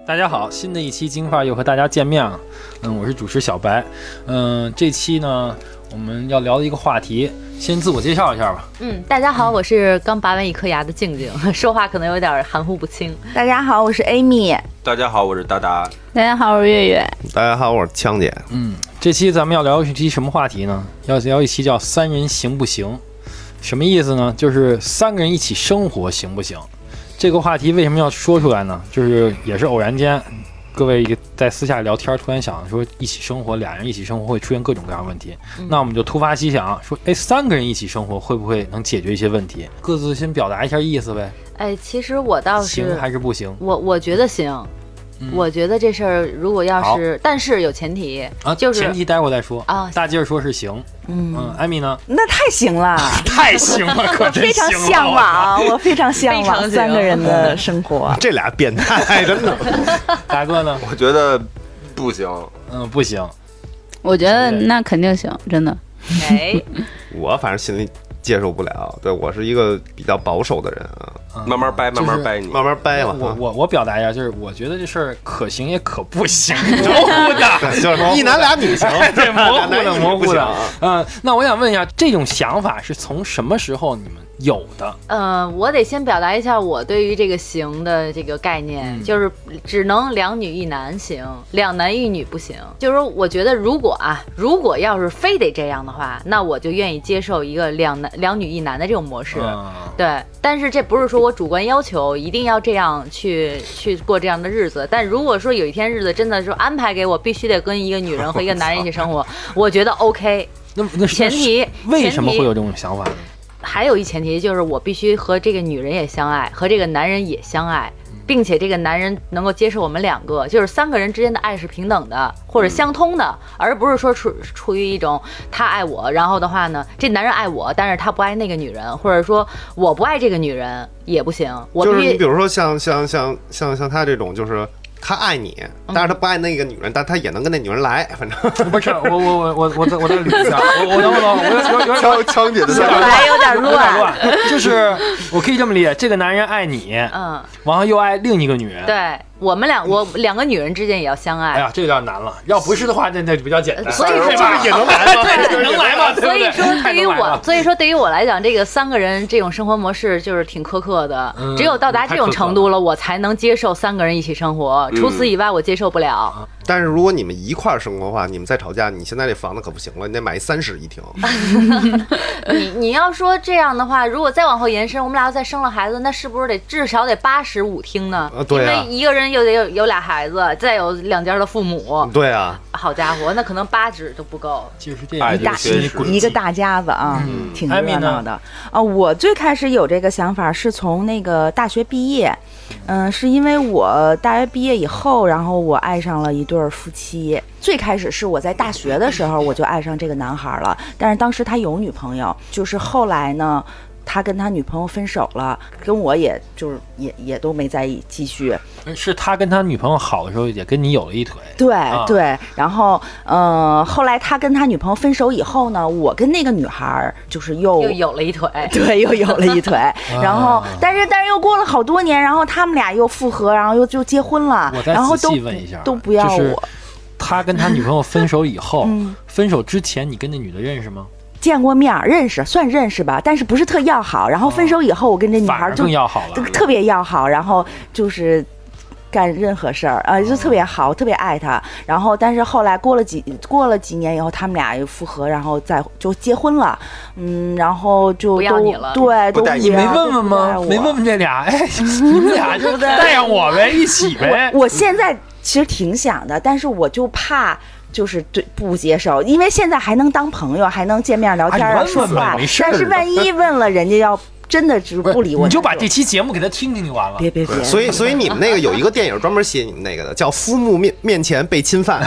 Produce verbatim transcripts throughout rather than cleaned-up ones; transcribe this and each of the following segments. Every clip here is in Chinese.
大家好，新的一期京范又和大家见面了。嗯，我是主持小白。嗯，这期呢我们要聊的一个话题，先自我介绍一下吧。 嗯，大家好，我是刚拔完一颗牙的静静，说话可能有点含糊不清。 大家好，我是 Amy。 大家好，我是达达。 大家好，我是月月。 大家好，我是枪姐。 嗯，这期咱们要聊一期什么话题呢？要聊一期叫三人行不行？什么意思呢？就是三个人一起生活行不行？这个话题为什么要说出来呢？就是也是偶然间，各位在私下聊天，突然想说一起生活，俩人一起生活会出现各种各样的问题。嗯、那我们就突发奇想说，哎，三个人一起生活会不会能解决一些问题？各自先表达一下意思呗。 哎，其实我倒是行还是不行？ 我我觉得行。嗯、我觉得这事儿如果要是，但是有前提啊， 就是前提待会儿再说啊。 大劲儿说是行， 嗯嗯，艾米呢？ 那太行了， 太行了，可真行了！ 我非常向往，我非常向往三个人的生活。 这俩变态真的。 大哥呢？ 我觉得不行， 嗯，不行。 我觉得那肯定行，真的。 哎， 我反正心里接受不了，对我是一个比较保守的人啊。 慢慢掰，慢慢掰你， 慢慢掰嘛。 我我我表达一下，就是我觉得这事儿可行也可不行，模糊的， 就是一男俩女行， 对，模糊的，模糊的。嗯，那我想问一下，这种想法是从什么时候你们有的？ 呃，我得先表达一下我对于这个行的这个概念，嗯、就是只能两女一男行，两男一女不行。就是说，我觉得如果啊，如果要是非得这样的话，那我就愿意接受一个两男两女一男的这种模式。嗯、对，但是这不是说我主观要求一定要这样去去过这样的日子。但如果说有一天日子真的是安排给我，必须得跟一个女人和一个男人一起生活，我觉得 OK。 那那前提为什么会有这种想法呢？ 还有一前提就是我必须和这个女人也相爱，和这个男人也相爱，并且这个男人能够接受我们两个，就是三个人之间的爱是平等的或者相通的，嗯、而不是说处处于一种他爱我，然后的话呢，这男人爱我，但是他不爱那个女人，或者说我不爱这个女人也不行。我就是你比如说像像像像像他这种就是。他爱你，但是他不爱那个女人，嗯、但他也能跟那女人来，反正不是我我我我我再我再捋一下，我我等会儿我有有枪枪姐的还有点乱，就是我可以这么理解，这个男人爱你，嗯，然后又爱另一个女人， 对。我们俩，我两个女人之间也要相爱。 哎呀，这有点难了。要不是的话，那那比较简单。 所以说也能来吗？ 对，能来吗？ 所以说，对于我，所以说对于我来讲，这个三个人这种生活模式就是挺苛刻的。嗯、只有到达这种程度了，我才能接受三个人一起生活。除此以外，我接受不了。 嗯、但是如果你们一块儿生活的话，你们再吵架，你现在这房子可不行了，你得买一三室一厅。 你你要说这样的话，如果再往后延伸，我们俩要再生了孩子，那是不是得至少得八室五厅呢？ 啊，对啊， 因为一个人。又得有有俩孩子，再有两家的父母。 对啊， 好家伙，那可能八指都不够。 就是这样， 一大一个大家子啊，嗯、挺热闹的啊。我最开始有这个想法是从那个大学毕业，嗯，是因为我大学毕业以后，然后我爱上了一对夫妻。最开始是我在大学的时候我就爱上这个男孩了，但是当时他有女朋友，就是后来呢。他跟他女朋友分手了，跟我也就是也也都没在一继续。 是他跟他女朋友好的时候，也跟你有了一腿。 对、 啊、 对，然后呃，后来他跟他女朋友分手以后呢，我跟那个女孩就是又又有了一腿， 对，又有了一腿。然后，但是但是又过了好多年，然后他们俩又复合，然后又就结婚了。 我再然后仔细问一下， 都不要我。 就是他跟他女朋友分手以后，嗯、分手之前你跟那女的认识吗？ 见过面，认识，算认识吧，但是不是特要好。然后分手以后，我跟这女孩就更要好了， 特别要好。然后就是干任何事儿啊，就特别好，特别爱她。然后，但是后来过了几过了几年以后，他们俩又复合，然后再就结婚了。嗯，然后就不要你了， 对，都你没问问吗？没问问这俩，哎，你们俩就带上我呗，一起呗。 我现在其实挺想的，但是我就怕。就是对不接受，因为现在还能当朋友，还能见面聊天啊，说话。但是万一问了，人家要真的就是不理我， 你就把这期节目给他听听就完了。 别别别！ 所以所以你们那个有一个电影专门写你们那个的，叫《夫目面面前被侵犯》。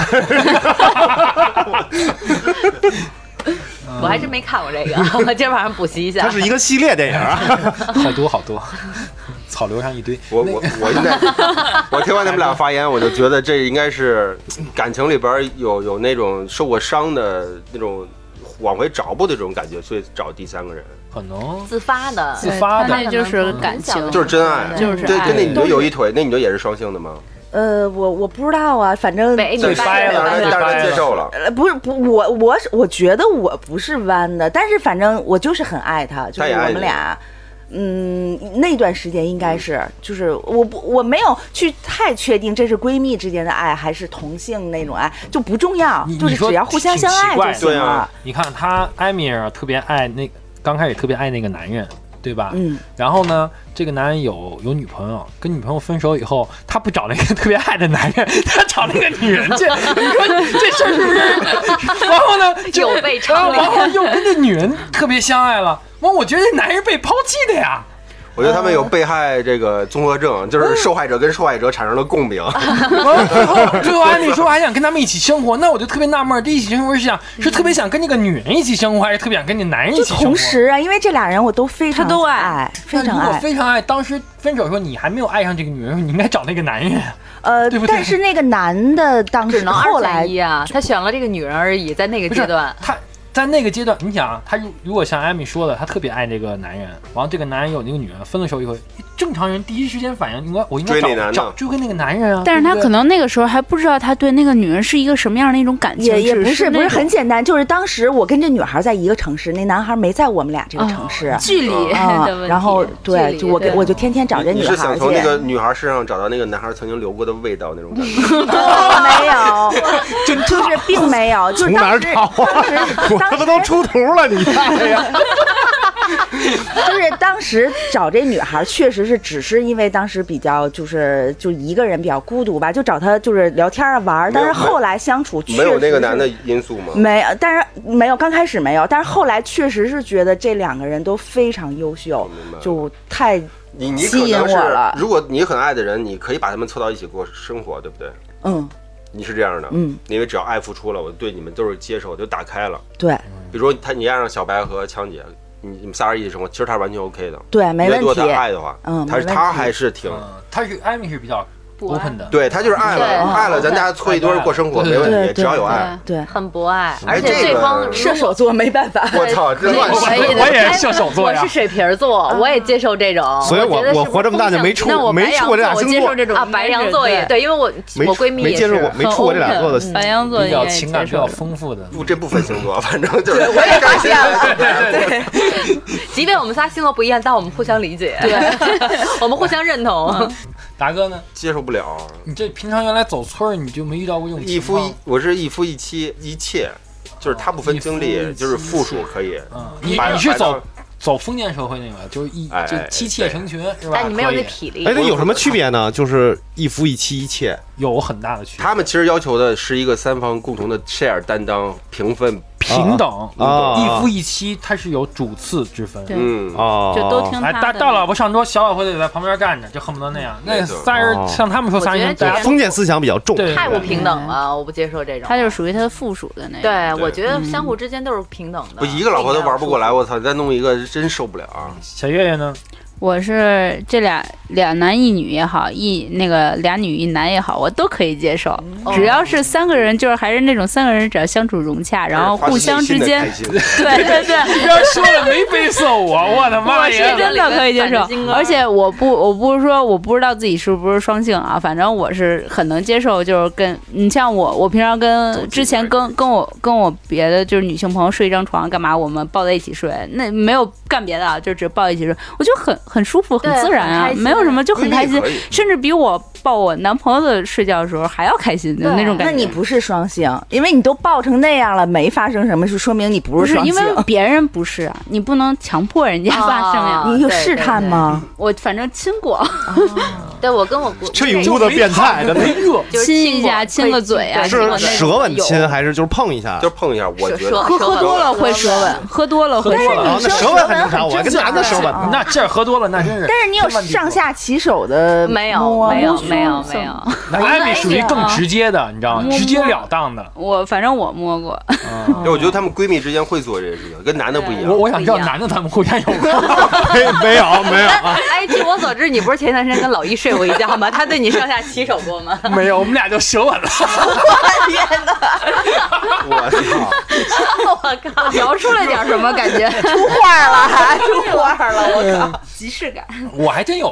我还真没看过这个，今儿晚上补习一下。 它是一个系列电影啊， 好多好多。草流上一堆， 我我我现在我听完他们俩发言，我就觉得这应该是感情里边有有那种受过伤的那种往回找不的这种感觉，所以找第三个人。 可能自发的， 自发的， 那就是感情， 就是真爱， 就是对，跟那女的有一腿，那女的也是双性的吗？ 呃，我我不知道啊，反正被被掰了让让人接受了。 呃，不是不，我我我觉得我不是弯的，但是反正我就是很爱他，就是我们俩。嗯，那段时间应该是，就是我不我没有去太确定这是闺蜜之间的爱还是同性那种爱，就不重要，就是只要互相相爱就行了。 啊、 你看他艾米尔特别爱那刚开始特别爱那个男人，对吧？ 嗯。 然后呢，这个男人有有女朋友，跟女朋友分手以后，他不找那个特别爱的男人，他找那个女人去。你说这事儿是不是？然后呢，就有悖常理， 然后又跟这女人特别相爱了。完，我觉得这男人被抛弃的呀。 我觉得他们有被害这个综合症，就是受害者跟受害者产生了共鸣。 最后，最后艾米说还想跟他们一起生活，那我就特别纳闷，这一起生活是想是特别想跟这个女人一起生活，还是特别想跟这男人一起生活？ 就同时啊，因为这俩人我都非常都爱，非常爱。 如果非常爱，当时分手说你还没有爱上这个女人，你应该找那个男人。 呃， 对不对？ 但是那个男的当时只能后来一啊，他选了这个女人而已，在那个阶段， 他。在那个阶段，你想啊，他如如果像艾米说的，他特别爱这个男人，完了这个男人有那个女人，分了手以后，正常人第一时间反应应该我应该找找追回那个男人啊。 但是他可能那个时候还不知道他对那个女人是一个什么样的一种感情， 也也不是是不是很简单，就是当时我跟这女孩在一个城市，那男孩没在我们俩这个城市， 哦、距离啊、 的问题。 然后对，就我跟我就天天找这女孩去。 你是想从那个女孩身上找到那个男孩曾经留过的味道那种感觉？ 没有，就就是并没有，就是从哪儿找啊？我他妈都出头了，你看呀！ 就是当时找这女孩，确实是只是因为当时比较就是就一个人比较孤独吧，就找她就是聊天啊玩。但是后来相处确实没有那个男的因素吗？ 没有，但是没有，刚开始没有，但是后来确实是觉得这两个人都非常优秀，就太吸引我了。 如果你很爱的人，你可以把他们凑到一起过生活，对不对？ 嗯。 你是这样的， 嗯， 因为只要爱付出了，我对你们都是接受，就打开了。 对， 比如说他，你爱上小白和强姐，你你们仨人一起生活，其实他是完全 OK 的。 对，没问题。 如果他爱的话， 嗯， 他他还是挺， 嗯、他是艾米是比较 open 的， 对他就是爱了，爱了，咱家凑一堆过生活没问题，只要有爱， 对， 很博爱，而且对方射手座没办法。 我操，这乱说！我也是射手座呀， 我是水瓶座，我也接受这种。 所以我我活这么大就没处没处过这俩星座。 啊，白羊座也对，因为我我闺蜜没接触过，没处过这俩座的。 白羊座比较情感比较丰富的， 不，这不分星座，反正就是我也发现了， 对对。即便我们仨星座不一样，但我们互相理解，对，我们互相认同。 达哥呢？ 接受不了。 你这平常原来走村儿，你就没遇到过这种一夫一，我是一夫一妻一妾，就是他不分经历，就是附属可以。 嗯，你你是走走封建社会那个，就是一就妻妾成群，是吧？ 但你没有那体力。 哎，那有什么区别呢？就是一夫一妻一妾有很大的区别。 他们其实要求的是一个三方共同的 share 担当，平分。 平等啊， 一夫一妻，它是有主次之分。 嗯哦， 就都听他的。 大大老婆上桌，小老婆得在旁边干着，就恨不得那样。那仨人像他们说仨人， 封建思想比较重， 太不平等了，我不接受这种。 他就是属于他的附属的那种。 对，我觉得相互之间都是平等的。 不，一个老婆都玩不过来，我操！再弄一个真受不了。 小月月呢？ 我是这俩两男一女也好，一那个俩女一男也好，我都可以接受， 嗯、 只要是三个人，就是还是那种三个人，只要相处融洽，然后互相之间，对对对， 你要说的眉飞色舞，我的妈呀！ 我是真的可以接受，而且我不我不是说我不知道自己是不是双性啊，反正我是很能接受，就是跟你像我，我平常跟之前跟跟我跟我别的就是女性朋友睡一张床，干嘛我们抱在一起睡，那没有干别的啊，就只抱一起睡，我觉得很很舒服，很自然啊，没有什么，就很开心，甚至比我抱我男朋友的睡觉的时候还要开心的那种感觉。 那你不是双性，因为你都抱成那样了，没发生什么，就说明你不是双性。 因为别人不是啊，你不能强迫人家发生呀。 你有试探吗？ 我反正亲过。 对，我跟我这一屋的变态，真的亲一下，亲个嘴啊。 是舌吻亲还是就是碰一下？ 就是碰一下，我觉得喝喝多了会舌吻，喝多了会舌吻。 那舌吻很正常，我跟男的舌吻， 那这喝多了那真是。 但是你有上下其手的没有没有没有没有， 那艾米属于更直接的，你知道吗？直截了当的。 我反正我摸过。 我觉得他们闺蜜之间会做这些事情，跟男的不一样。 我我想知道男的他们互相有过没没有没有啊？ 哎，据我所知，你不是前段时间跟老一睡过一觉吗？他对你上下其手过吗？ 没有，我们俩就舌吻了。 我天哪！ 我操！ 我靠！ 聊出来点什么感觉？ 出画了，还出画了！我靠！ 即视感。 我还真有过，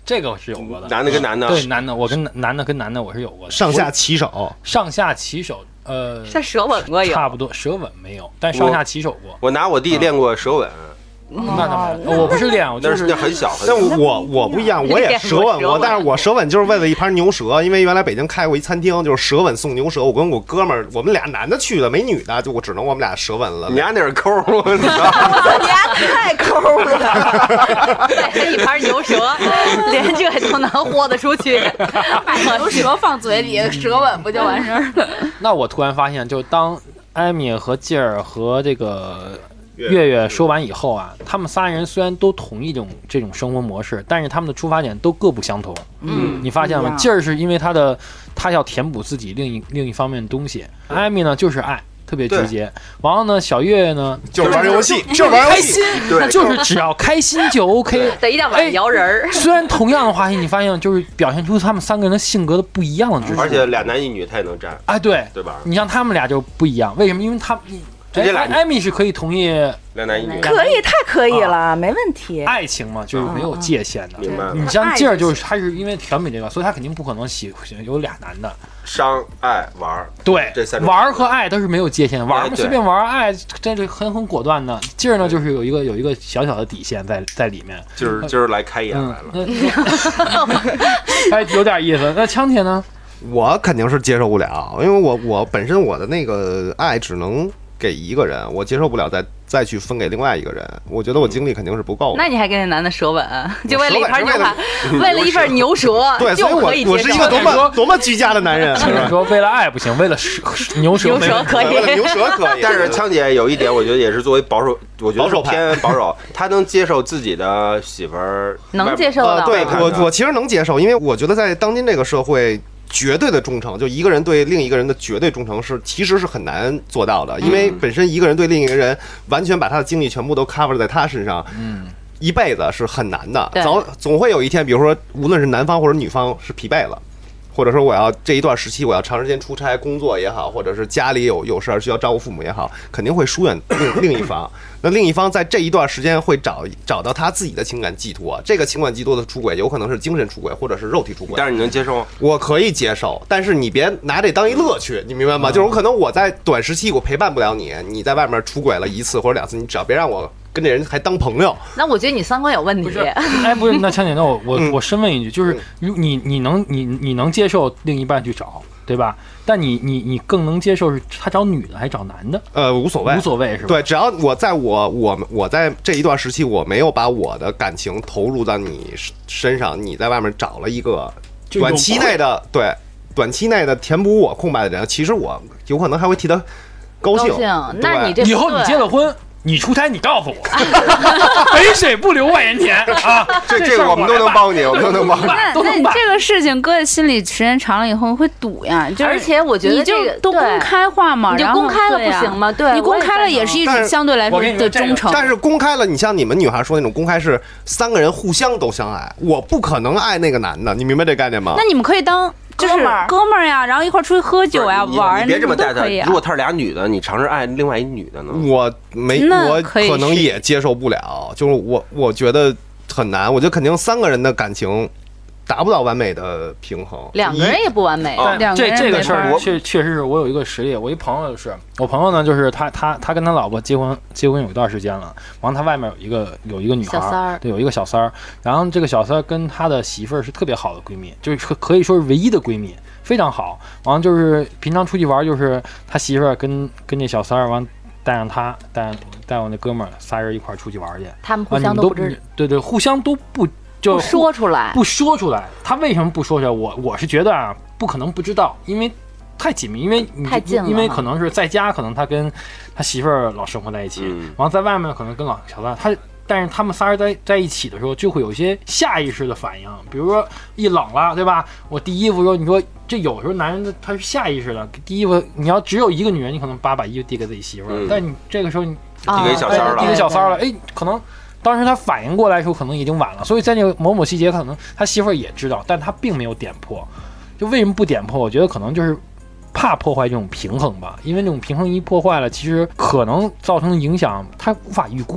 这个是有过的， 男的跟男的， 对，男的我跟男的跟男的我是有过的， 上下其手， 上下其手，呃， 像舌吻过有， 差不多，舌吻没有，但上下其手过。 我拿我弟练过舌吻。 那倒没有，我不是练，我就是很小。 但我我不一样，我也舌吻过，但是我舌吻就是为了一盘牛舌，因为原来北京开过一餐厅，就是舌吻送牛舌。我跟我哥们儿，我们俩男的去的，没女的，就我只能我们俩舌吻了。 你家那是抠，你家太抠了， 一盘牛舌，连这都能豁得出去， 把牛舌放嘴里，舌吻不就完事儿了？ 那我突然发现，就当艾米和劲儿和这个。月月说完以后啊，他们仨人虽然都同意这种这种生活模式，但是他们的出发点都各不相同。 嗯， 你发现了吗？劲儿是因为他的他要填补自己另一另一方面的东西，艾米呢就是爱，特别直接。完了呢，小月月呢就是玩游戏，就是玩游戏， 对，就是只要开心就 OK。 得一定要晚上摇人儿。 虽然同样的话题，你发现就是表现出他们三个人的性格的不一样的， 而且俩男一女他也能站。 哎，对， 对吧？ 你像他们俩就不一样，为什么？因为他。 这俩艾米是可以同意两男一女， 可以，太可以了，啊、没问题。 爱情嘛，就是没有界限的。 明白了。 你像劲儿，就是他是因为甜美这个，所以他肯定不可能喜有俩男的。 伤爱玩， 对， 这三种玩和爱都是没有界限的，玩随便玩，爱这是很很果断的。劲儿呢，就是有一个有一个小小的底线在在里面。 就是今儿来开眼来了， 哎，有点意思。那枪铁呢？ 我肯定是接受不了，因为我我本身我的那个爱只能给一个人，我接受不了再再去分给另外一个人，我觉得我精力肯定是不够的。 那你还跟那男的舌吻，就为了一盘牛排，为了一份牛舌， 对，所以我我是一个多么多么居家的男人。 你说为了爱不行，为了牛舌牛舌可以， 为了牛舌可以。 但是枪姐有一点，我觉得也是作为保守，我觉得是偏保守，她能接受自己的媳妇儿， 能接受的。 对我我其实能接受，因为我觉得在当今这个社会。绝对的忠诚，就一个人对另一个人的绝对忠诚是其实是很难做到的，因为本身一个人对另一个人完全把他的精力全部都 cover 在他身上，嗯，一辈子是很难的。早总会有一天，比如说无论是男方或者女方是疲惫了，或者说我要这一段时期我要长时间出差工作也好，或者是家里有有事儿需要照顾父母也好，肯定会疏远另另一方。那另一方在这一段时间会找找到他自己的情感寄托，这个情感寄托的出轨有可能是精神出轨或者是肉体出轨。 但是你能接受吗？ 我可以接受，但是你别拿这当一乐趣，你明白吗？嗯、就是我可能我在短时期我陪伴不了你，你在外面出轨了一次或者两次，你只要别让我跟这人还当朋友。 那我觉得你三观有问题。 不是，哎，不是，那强姐，那我我、嗯、我深问一句，就是如你你能你你能接受另一半去找，对吧？但你你你更能接受是他找女的还是找男的？ 呃，无所谓， 无所谓是吧？ 对，只要我在我我我在这一段时期，我没有把我的感情投入到你身上，你在外面找了一个短期内的对短期内的填补我空白的人，其实我有可能还会替他高兴。 高兴，那你这以后你结了婚。你出差，你告诉我，肥水不流外人田啊！ 这这个我们都能帮你，我们都能帮你。 那那你这个事情搁在心里时间长了以后会堵呀，就是而且我觉得你就都公开化嘛， 你就公开了不行吗？对， 你公开了也是一种相对来说的忠诚。 但是公开了，你像你们女孩说那种公开是三个人互相都相爱，我不可能爱那个男的，你明白这概念吗？ 那你们可以当。就是哥们儿呀，然后一块出去喝酒呀、玩， 你别这么带他。如果他是俩女的，你尝试爱另外一女的呢？ 我没，我可能也接受不了。就是我，我觉得很难。我觉得肯定三个人的感情达不到完美的平衡， 两个人也不完美。 但这这个事儿确确实是我有一个实例，我一朋友就是，我朋友呢就是他他他跟他老婆结婚结婚有一段时间了，完了他外面有一个有一个女孩，对，有一个小三儿，然后这个小三儿跟他的媳妇儿是特别好的闺蜜，就是可以说是唯一的闺蜜，非常好。完了就是平常出去玩，就是他媳妇儿跟跟那小三儿完带上他带带我那哥们儿仨人一块出去玩去， 他们互相都不知， 对对，互相都不。就不说出来， 不说出来，他为什么不说出来？我我是觉得啊，不可能不知道，因为太紧密，因为太近了， 因为可能是在家，可能他跟他媳妇儿老生活在一起，嗯、然后在外面可能跟老小三，他但是他们仨人在在一起的时候，就会有一些下意识的反应，比如说一冷了，对吧？我递衣服说，你说这有时候男人他是下意识的，递衣服，你要只有一个女人，你可能把把衣服递给自己媳妇儿，嗯、但你这个时候你递给小三了， 递给小三了，哎，可能。当时他反应过来的时候，可能已经晚了，所以在那个某某细节，可能他媳妇儿也知道，但他并没有点破。就为什么不点破？我觉得可能就是怕破坏这种平衡吧，因为这种平衡一破坏了，其实可能造成的影响他无法预估的。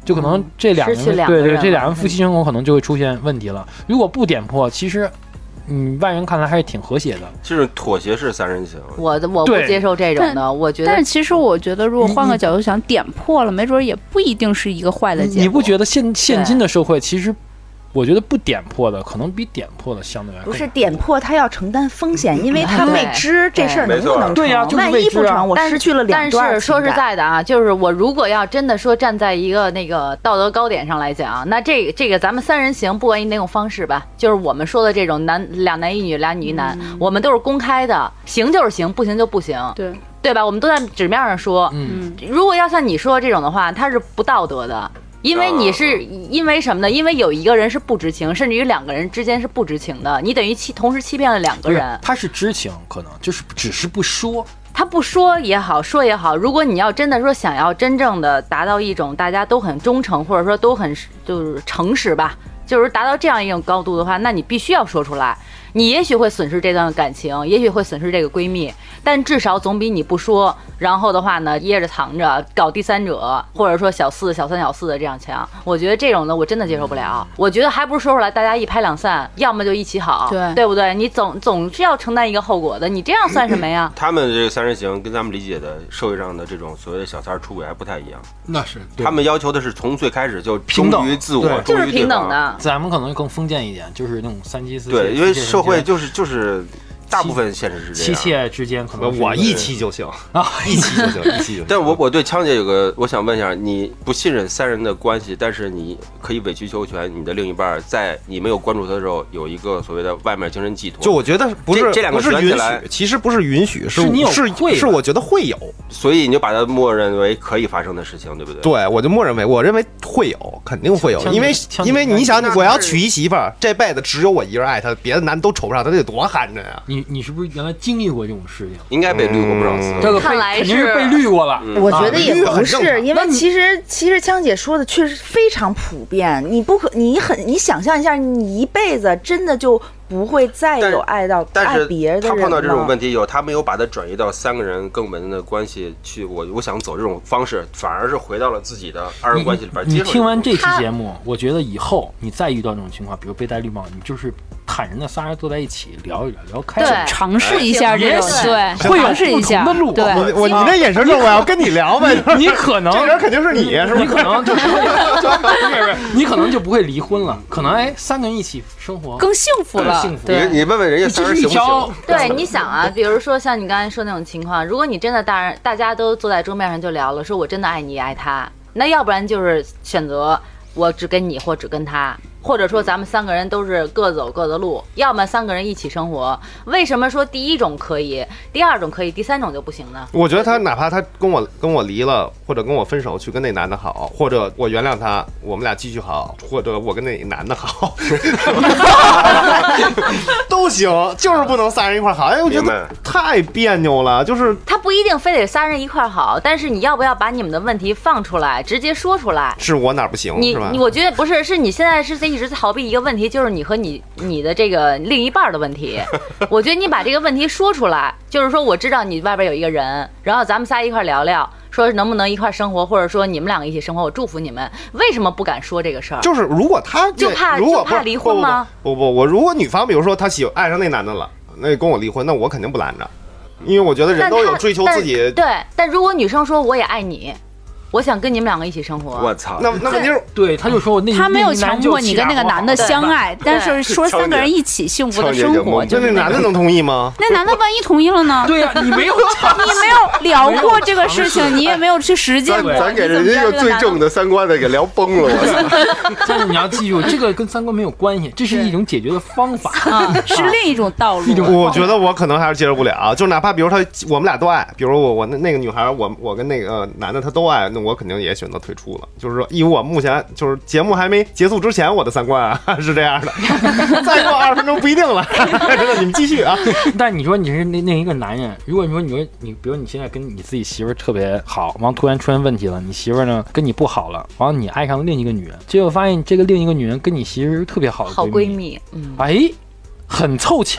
就可能这两个人、 嗯、 对对，这两人夫妻生活可能就会出现问题了。如果不点破，其实。嗯，外人看来还是挺和谐的， 就是妥协式三人行。 我我不接受这种的，我觉得。 但是其实我觉得，如果换个角度想，点破了，没准也不一定是一个坏的结果。 你不觉得现现今的社会其实？我觉得不点破的可能比点破的相对来不是点破，他要承担风险，因为他未知这事儿能不能成。 对呀、啊，就是万一不成，我失去了两段。 但是说实在的啊，就是我如果要真的说站在一个那个道德高点上来讲，那这这个咱们三人行，不管以哪种方式吧，就是我们说的这种男两男一女、俩女一男，嗯、我们都是公开的，行就是行，不行就不行。 对。 对吧？我们都在纸面上说。 嗯。 如果要像你说这种的话，它是不道德的。因为你是因为什么呢？因为有一个人是不知情，甚至于两个人之间是不知情的，你等于欺同时欺骗了两个人。 他是知情，可能就是只是不说。 他不说也好，说也好，如果你要真的说想要真正的达到一种大家都很忠诚，或者说都很就是诚实吧，就是达到这样一种高度的话，那你必须要说出来。你也许会损失这段感情，也许会损失这个闺蜜，但至少总比你不说，然后的话呢掖着藏着搞第三者，或者说小四小三小四的这样强。我觉得这种的我真的接受不了，我觉得还不如说出来大家一拍两散，要么就一起好， 对对不对？你总总是要承担一个后果的，你这样算什么呀？ 他们这个三人行跟咱们理解的社会上的这种所谓的小三出轨还不太一样。 那是他们要求的是从最开始就平等于自我， 就是平等的。 咱们可能更封建一点，就是那种三妻四妾。 对，因为社会就是就是。大部分现实是这样， 妻妾之间可能我一妻就行啊，一妻就行，一妻就行。 但我我对枪姐有个，我想问一下，你不信任三人的关系，但是你可以委曲求全，你的另一半在你没有关注他的时候，有一个所谓的外面精神寄托。 就我觉得不是这两个不是允许， 来其实不是允许，是你有是是我觉得会有， 所以你就把它默认为可以发生的事情，对不对？ 对，我就默认为，我认为会有，肯定会有，因为因为你想，我要娶一媳妇儿，这辈子只有我一人爱她，别的男的都瞅不上，他得多寒碜啊！ 你你是不是原来？经历过这种事情， 应该被绿过不少次。 嗯、这个看来肯定是被绿过了。 我觉得也不是， 啊、 因为其实其实江姐说的确实非常普遍。你不可，你很，你想象一下，你一辈子真的就不会再有爱到爱别的人了。 他碰到这种问题以后，他没有把它转移到三个人更稳定的关系去。我我想走这种方式，反而是回到了自己的二人关系里边。 你, 你听完这期节目，我觉得以后你再遇到这种情况，比如被戴绿帽，你就是坦然的仨人坐在一起聊一聊，聊开始尝试一下这种，对， 会尝试一下的路。 对， 我你那眼神说我要跟你聊呗， 你可能这人肯定是你，是吧？ 你可能就不会，不是你可能就不会离婚了，可能哎三个人一起生活更幸福了。 幸福。 你你问问人家三人行不行？ 对，你想啊，比如说像你刚才说那种情况，如果你真的大人大家都坐在桌面上就聊了，说我真的爱你爱他，那要不然就是选择我只跟你或只跟他。或者说咱们三个人都是各走各的路，要么三个人一起生活。为什么说第一种可以，第二种可以，第三种就不行呢？ 我觉得他哪怕他跟我跟我离了，或者跟我分手去跟那男的好，或者我原谅他，我们俩继续好，或者我跟那男的好，都行，就是不能仨人一块好。哎，我觉得太别扭了，就是他不一定非得仨人一块好，但是你要不要把你们的问题放出来，直接说出来？ 是我哪不行？ 你是吧？ 你我觉得不是，是你现在是在一直在逃避一个问题，就是你和你你的这个另一半的问题。我觉得你把这个问题说出来，就是说我知道你外边有一个人，然后咱们仨一块聊聊，说能不能一块生活，或者说你们两个一起生活，我祝福你们。为什么不敢说这个事儿？ 就是如果他就怕如果就怕离婚吗？ 不不 不, 不, 不我如果女方比如说她喜爱上那男的了，那跟我离婚，那我肯定不拦着，因为我觉得人都有追求自己。 对，但如果女生说我也爱你，我想跟你们两个一起生活。 我操！ 那那问题是， 对，他就说我那他没有强迫你跟那个男的相爱，但是说三个人一起幸福的生活。 那那男的能同意吗？ 那男的万一同意了呢？ 对呀，你没有， 你没有聊过这个事情，你也没有去实践过。 咱给人家一个最正的三观的给聊崩了。 但是你要记住，这个跟三观没有关系，这是一种解决的方法， 是另一种道路。 我觉得我可能还是接受不了，就哪怕比如他我们俩都爱，比如我我那那个女孩，我我跟那个男的他都爱，那我肯定也选择退出了。就是说，以我目前就是节目还没结束之前，我的三观啊是这样的。再过二十分钟不一定了，你们继续啊。 但你说你是那那一个男人，如果你说你说你，比如你现在跟你自己媳妇儿特别好，完突然出现问题了，你媳妇儿呢跟你不好了，完了你爱上另一个女人，结果发现这个另一个女人跟你媳妇儿特别好的好闺蜜， 嗯，哎，很凑巧。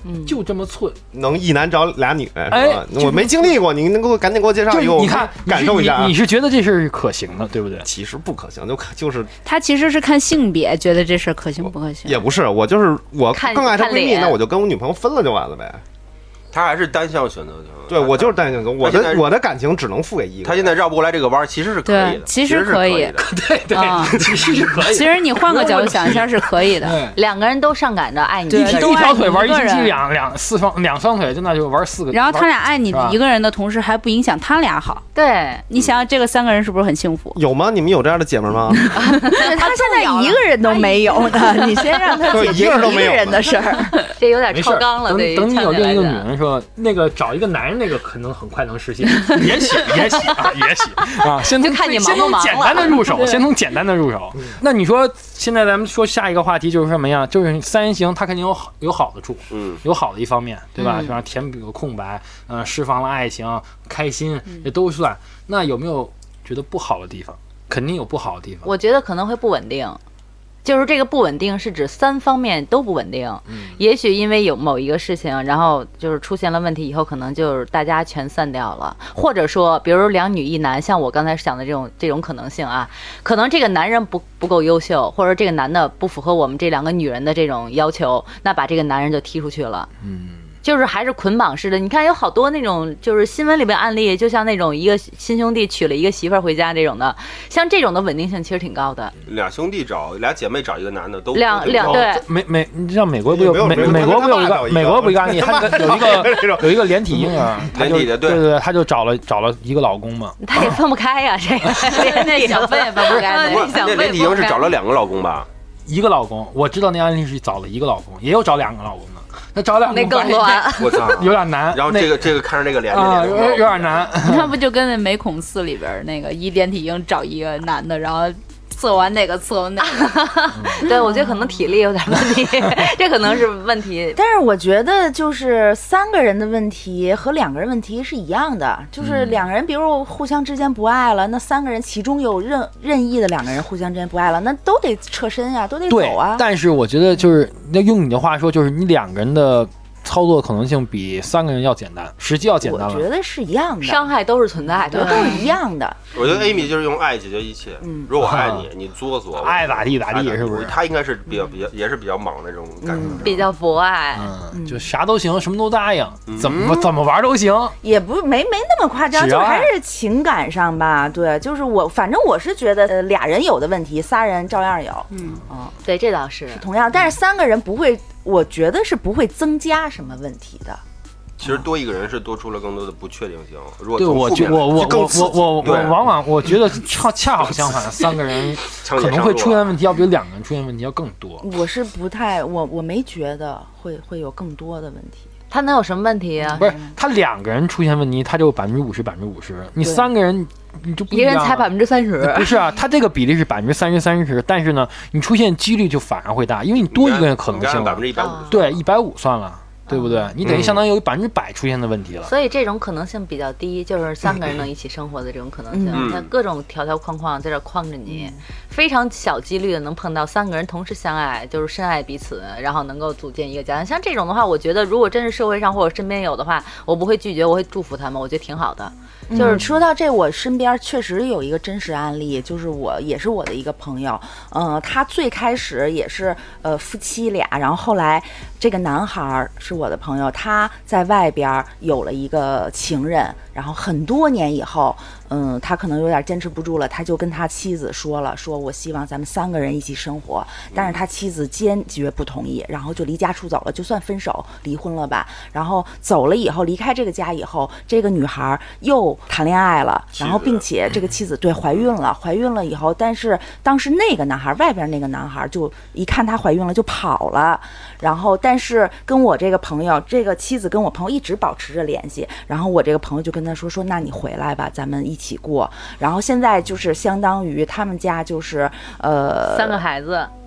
就这么寸， 能一男找俩女， 哎， 我没经历过，你能给我赶紧给我介绍一个， 你看感受一下、啊你。你是觉得这事儿是可行的，对不对？ 其实不可行，就就是他其实是看性别，觉得这事儿可行不可行。 也不是，我就是我更爱她闺蜜，那我就跟我女朋友分了就完了呗。 他还是单向选择的。 对，我就是单向选择，我的我的感情只能付给一个。 他现在绕不过来这个弯，其实是可以的， 其实可以， 对对，其实是可以。 其实你换个角度想一下是可以的， 两个人都上赶着爱你， 一一条腿玩一星期，两两四双两双腿，就那就玩四个。 然后他俩爱你一个人的同时，还不影响他俩好。 对， 你想想这个三个人是不是很幸福？ 有吗？你们有这样的姐妹吗？ 他现在一个人都没有呢，你先让他解决一个人的事儿， 这有点超纲了。 等等你有另一个女人说，那个找一个男人，那个可能很快能实现，也许也许啊也许啊，先从看你先从简单的入手，先从简单的入手。那你说现在咱们说下一个话题就是什么呀？就是三人行，它肯定有好有好的处，嗯，有好的一方面，对吧？就让填补个空白，嗯、呃，释放了爱情，开心，这都算。那有没有觉得不好的地方？肯定有不好的地方。 我觉得可能会不稳定。就是这个不稳定是指三方面都不稳定，嗯，也许因为有某一个事情，然后就是出现了问题以后，可能就是大家全散掉了，或者说，比如两女一男，像我刚才想的这种这种可能性啊，可能这个男人不不够优秀，或者这个男的不符合我们这两个女人的这种要求，那把这个男人就踢出去了，嗯。就是还是捆绑式的，你看有好多那种就是新闻里边案例，就像那种一个新兄弟娶了一个媳妇儿回家这种的，像这种的稳定性其实挺高的。 俩兄弟找俩姐妹找一个男的都两两对美美，你知道美国不有美美国不有一个美国不有一个案例，他有一个有一个连体婴儿， 连体的对对对，他就找了找了一个老公嘛， 他也分不开呀，这个那想分也分不开， 那连体婴是找了两个老公吧？ 一个老公，我知道那案例是找了一个老公，也有找两个老公的。那找两个那更乱， 我操， 有点难。 然后这个这个看着那个脸啊，有有点难。 那不就跟那美恐四里边那个一连体婴找一个男的，然后测完那个测完那个。 对，我觉得可能体力有点问题，这可能是问题。 但是我觉得就是三个人的问题和两个人问题是一样的，就是两个人，比如互相之间不爱了，那三个人其中有任任意的两个人互相之间不爱了，那都得撤身呀，都得走啊。 但是我觉得就是要用你的话说，就是你两个人的操作可能性比三个人要简单，实际要简单了。 我觉得是一样的， 伤害都是存在的， 都是一样的。 我觉得 Amy 就是用爱解决一切。嗯，如果我爱你，你作作， 爱咋地咋地，是不是？ 他应该是比较比较也是比较莽那种感觉， 比较博爱， 嗯，就啥都行，什么都答应，怎么怎么玩都行， 也不没没那么夸张，就还是情感上吧。对，就是我反正我是觉得，呃，俩人有的问题，仨人照样有。 嗯嗯，对，这倒是同样，但是三个人不会。我觉得是不会增加什么问题的。 其实多一个人是多出了更多的不确定性。如果对我觉我我我我我我往往我觉得恰恰好相反，三个人可能会出现问题，要比两个人出现问题要更多。 我是不太我我没觉得会会有更多的问题。 他能有什么问题啊？ 不是他两个人出现问题，他就百分之五十百分之五十。你三个人。你就一个人才百分之三十， 不是啊？他这个比例是百分之三十三十，但是呢，你出现几率就反而会大，因为你多一个人可能性， 百分之一百五， 对，一百五算了，对不对？你等于相当于有百分之百出现的问题了。 所以这种可能性比较低，就是三个人能一起生活的这种可能性，它各种条条框框在这框着你，非常小几率的能碰到三个人同时相爱，就是深爱彼此，然后能够组建一个家庭。像这种的话，我觉得如果真是社会上或者身边有的话，我不会拒绝，我会祝福他们，我觉得挺好的。 就是说到这，我身边确实有一个真实案例，就是我也是我的一个朋友，呃，他最开始也是呃夫妻俩，然后后来这个男孩是我的朋友，他在外边有了一个情人，然后很多年以后，嗯，他可能有点坚持不住了，他就跟他妻子说了，说我希望咱们三个人一起生活，但是他妻子坚决不同意，然后就离家出走了，就算分手离婚了吧。然后走了以后，离开这个家以后，这个女孩又谈恋爱了，然后并且这个妻子对怀孕了，怀孕了以后，但是当时那个男孩外边那个男孩就一看她怀孕了就跑了，然后但是跟我这个朋友，这个妻子跟我朋友一直保持着联系，然后我这个朋友就跟他说说，那你回来吧，咱们一起过。然后现在就是相当于他们家就是呃三个孩子。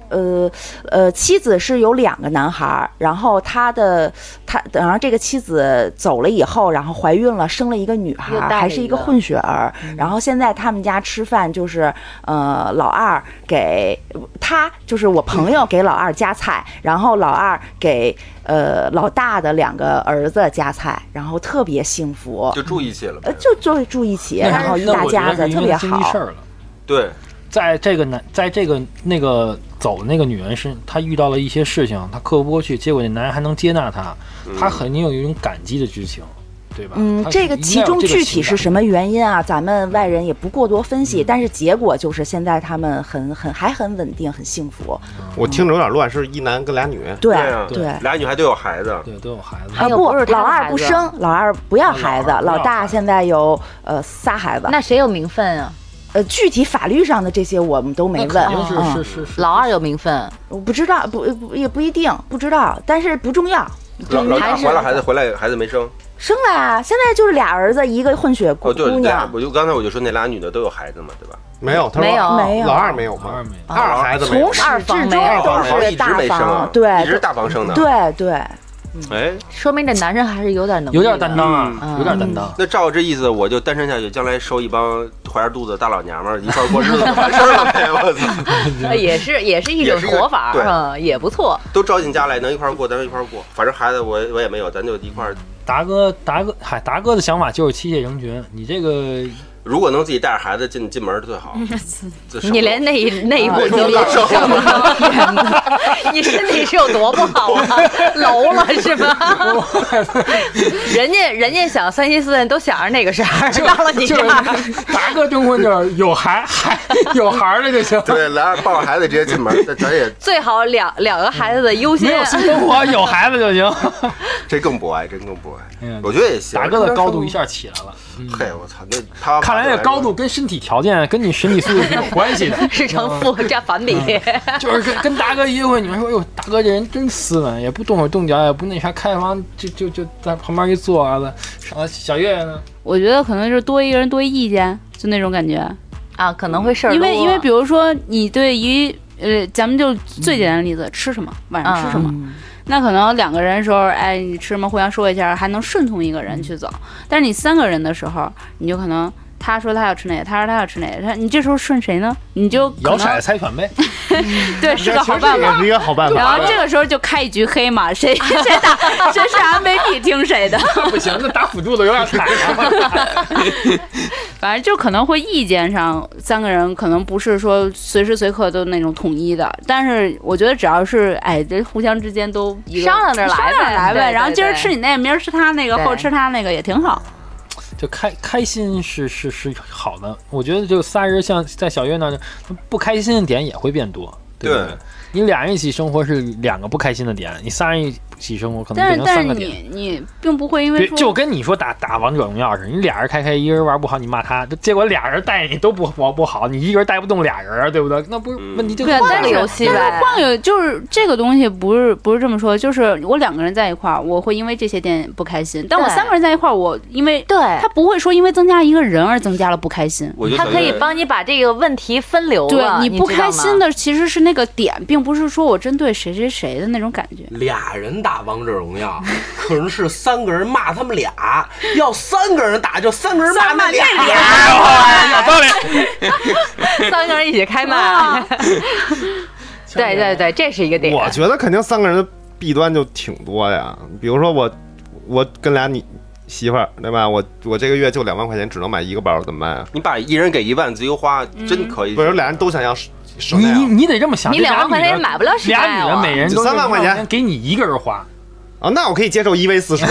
呃呃，妻子是有两个男孩，然后他的他，然后这个妻子走了以后，然后怀孕了，生了一个女孩，还是一个混血儿。嗯、然后现在他们家吃饭就是呃，老二给他，就是我朋友给老二夹菜，然后老二给呃老大的两个儿子夹菜，然后特别幸福， 就住一起了， 呃，就就住一起，然后一大家子特别好。 对。在这个男，在这个那个走的那个女人是，她遇到了一些事情，她克服不过去，结果那男人还能接纳她，她肯定有一种感激的之情，对吧？ 嗯，这个其中具体是什么原因啊？咱们外人也不过多分析，嗯、但是结果就是现在他们很很还很稳定，很幸福。 我听着有点乱，是一男跟俩女。 对对，对俩女还都有孩子， 对，都有孩子。 啊不，老二不生，老二不要孩子，老大现在有呃仨孩子。 那谁有名分啊？ 呃，具体法律上的这些我们都没问。 是是是是。 老二有名分， 我不知道，不不也不一定，不知道，但是不重要。 老老大怀了孩子回来，孩子没生。 生了啊！现在就是俩儿子，一个混血姑娘。 哦，对，我就刚才我就说那俩女的都有孩子嘛，对吧？ 没有， 没有， 没有，老二没有吗？二孩子没有， 从始至终都是大房，对， 一直大房生的。 对对。 哎， 说明这男人还是有点能力， 有点担当啊，有点担当。 那照这意思，我就单身下去，将来收一帮怀着肚子的大老娘们儿一块过日子，完事儿了呗。我操， 也是也是一种活法，嗯，也不错。 都招进家来，能一块过，咱就一块过。反正孩子我我也没有，咱就一块。 达哥，达哥，嗨，达哥的想法就是妻妾成群。你这个。 如果能自己带着孩子进进门最好。 你连那一那一步都没有吗？你身体是有多不好啊？楼了是吗？人家人家想三妻四妾都想着那个事儿，到了你这儿， 达哥征婚就是有孩孩有孩的就行。 对，来抱着孩子直接进门，咱也最好两两个孩子的优先。 没有性生活，有孩子就行。 这更不爱，真更不爱。我觉得也行。 达哥的高度一下起来了。 嘿，我操，那他看来这高度跟身体条件、跟你身体素质是有关系的， 是成负占反比。 就是跟跟达哥约会，你们说哟，达哥这人真斯文，也不动手动脚，也不那啥，开房就就就在旁边一坐啊的。啊，小月月呢？ 我觉得可能就是多一个人多一意见，就那种感觉啊，可能会事儿多。 因为因为比如说你对于呃，咱们就最简单的例子，吃什么，晚上吃什么。嗯，那可能两个人的时候，哎，你吃什么互相说一下，还能顺从一个人去走。但是你三个人的时候，你就可能他说他要吃哪个，他说他要吃哪个，他你这时候顺谁呢？你就摇骰子猜拳呗。 对，是个好办法， 是一个好办法。 然后这个时候就开一局黑马，谁谁打谁是 M V P 听谁的。 不行，那打辅助的有点惨啊。 反正就可能会意见上三个人可能不是说随时随刻都那种统一的，但是我觉得只要是哎，这互相之间都商量着来商量来呗，然后今儿吃你那个，明儿吃他那个，后吃他那个也挺好。 就开开心是是是好的，我觉得就仨人像在小月那儿，不开心的点也会变多，对不对？你俩人一起生活是两个不开心的点，你仨人一起生活可能变成三个点。 但是你你并不会因为说就跟你说打打王者荣耀似的，你俩人开开，一个人玩不好你骂他，结果俩人带你都不玩不好，你一个人带不动俩人，对不对？那不是问题就换个游戏呗。 但是换有就是这个东西不是不是这么说，就是我两个人在一块儿，我会因为这些点不开心，但我三个人在一块儿，我因为对他不会说因为增加一个人而增加了不开心， 他可以帮你把这个问题分流了。 对，你不开心的其实是那个点，并不是说我针对谁谁谁的那种感觉。 俩人打王者荣耀，可能是三个人骂他们俩，要三个人打就三个人骂那俩， 有道理。 三个人一起开麦，对对对，这是一个点。 我觉得肯定三个人的弊端就挺多呀，比如说我我跟俩你媳妇儿对吧？我我这个月就两万块钱，只能买一个包，怎么办啊？ 你把一人给一万自由花，真可以。 不是俩人都想要。 你你你得这么想， 你两万块钱也买不了十俩女人每人都三万块钱， 给你一个人花。 啊，那我可以接受一 v 四十，对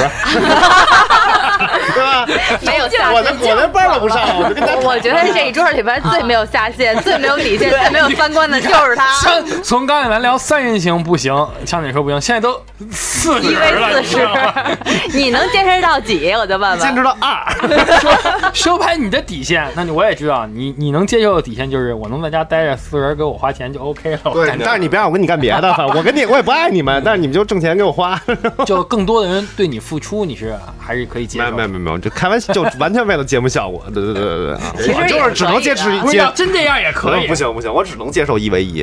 吧？ 没有下限， 我的我的班都不上，我就跟他。 我觉得这一桌里边最没有下限、最没有底线、最没有三观的就是他。 从刚才咱聊三人行不行，像你说不行，现在都四十了， 四十，你能坚持到几？我就问问。 坚持到二。 说说白你的底线，那你我也知道，你你能接受的底线就是我能在家待着，四个人给我花钱就 OK 了。 对，但是你别让我跟你干别的，我跟你我也不爱你们，但是你们就挣钱给我花。 就更多的人对你付出，你是还是可以接受。 没有没有没有，这开玩笑，就完全为了节目效果。对对对对对啊！ 其实就是只能接受接， 真这样也可以。 不行不行，我只能接受一 v 一。